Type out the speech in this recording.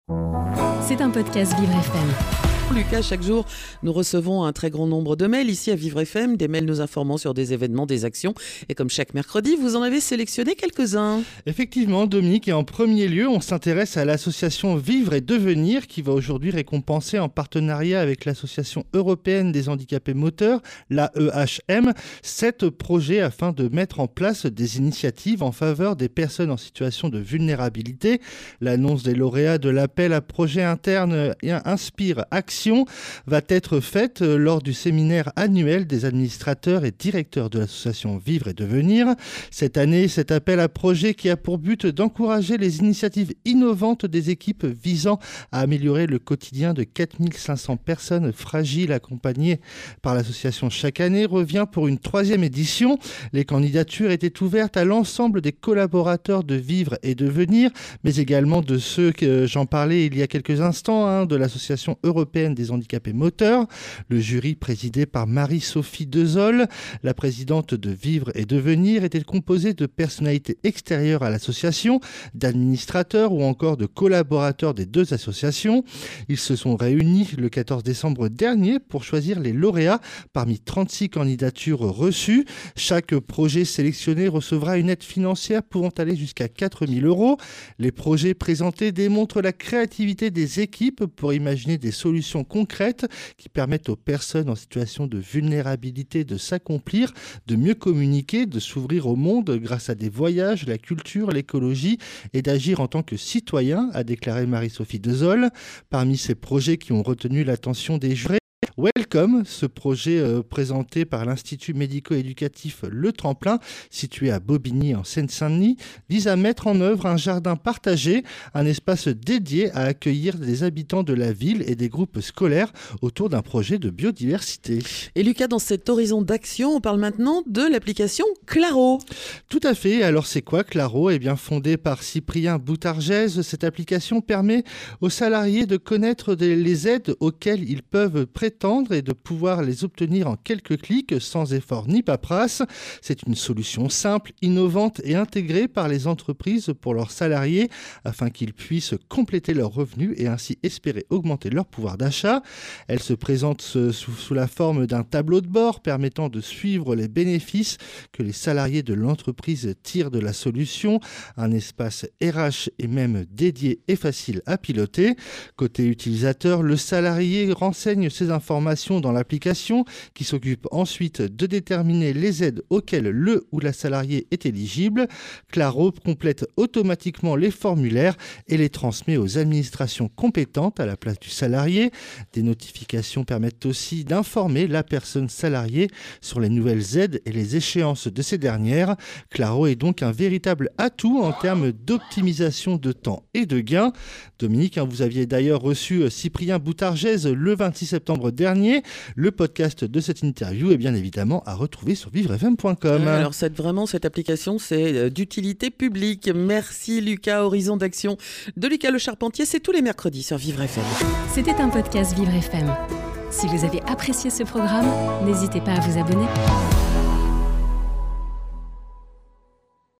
C'est un podcast Vivre FM. Lucas, chaque jour, nous recevons un très grand nombre de mails ici à Vivre FM, des mails nous informant sur des événements, des actions. Et comme chaque mercredi, vous en avez sélectionné quelques-uns. Effectivement, Dominique, et en premier lieu, on s'intéresse à l'association Vivre et Devenir qui va aujourd'hui récompenser en partenariat avec l'Association européenne des handicapés moteurs, l'AEHM, 7 projets afin de mettre en place des initiatives en faveur des personnes en situation de vulnérabilité. L'annonce des lauréats de l'appel à projet interne Inspire Action va être faite lors du séminaire annuel des administrateurs et directeurs de l'association Vivre et Devenir. Cette année, cet appel à projet qui a pour but d'encourager les initiatives innovantes des équipes visant à améliorer le quotidien de 4500 personnes fragiles accompagnées par l'association chaque année revient pour une 3e édition. Les candidatures étaient ouvertes à l'ensemble des collaborateurs de Vivre et Devenir, mais également de ceux que j'en parlais il y a quelques instants, de l'association européenne des handicapés moteurs. Le jury présidé par Marie-Sophie Dezol, la présidente de Vivre et Devenir, était composé de personnalités extérieures à l'association, d'administrateurs ou encore de collaborateurs des 2 associations. Ils se sont réunis le 14 décembre dernier pour choisir les lauréats parmi 36 candidatures reçues. Chaque projet sélectionné recevra une aide financière pouvant aller jusqu'à 4 000 €. Les projets présentés démontrent la créativité des équipes pour imaginer des solutions concrètes qui permettent aux personnes en situation de vulnérabilité de s'accomplir, de mieux communiquer, de s'ouvrir au monde grâce à des voyages, la culture, l'écologie et d'agir en tant que citoyen, a déclaré Marie-Sophie Dezol. Parmi ces projets qui ont retenu l'attention des jurés, Welcome, ce projet présenté par l'Institut médico-éducatif Le Tremplin, situé à Bobigny en Seine-Saint-Denis, vise à mettre en œuvre un jardin partagé, un espace dédié à accueillir des habitants de la ville et des groupes scolaires autour d'un projet de biodiversité. Et Lucas, dans cet horizon d'action, on parle maintenant de l'application Claro. Tout à fait. Alors c'est quoi Claro ? Eh bien, fondée par Cyprien Boutargès, cette application permet aux salariés de connaître les aides auxquelles ils peuvent prétendre et de pouvoir les obtenir en quelques clics sans effort ni paperasse. C'est une solution simple, innovante et intégrée par les entreprises pour leurs salariés afin qu'ils puissent compléter leurs revenus et ainsi espérer augmenter leur pouvoir d'achat. Elle se présente sous la forme d'un tableau de bord permettant de suivre les bénéfices que les salariés de l'entreprise tirent de la solution. Un espace RH est même dédié et facile à piloter. Côté utilisateur, le salarié renseigne ses informations dans l'application qui s'occupe ensuite de déterminer les aides auxquelles le ou la salariée est éligible. Claro complète automatiquement les formulaires et les transmet aux administrations compétentes à la place du salarié. Des notifications permettent aussi d'informer la personne salariée sur les nouvelles aides et les échéances de ces dernières. Claro est donc un véritable atout en termes d'optimisation de temps et de gains. Dominique, vous aviez d'ailleurs reçu Cyprien Boutargès le 26 septembre dernier. Le podcast de cette interview est bien évidemment à retrouver sur vivrefm.com. Alors cette application, c'est d'utilité publique. Merci Lucas. Horizon d'action de Lucas Le Charpentier, c'est tous les mercredis sur Vivre FM. C'était un podcast Vivre FM. Si vous avez apprécié ce programme, n'hésitez pas à vous abonner.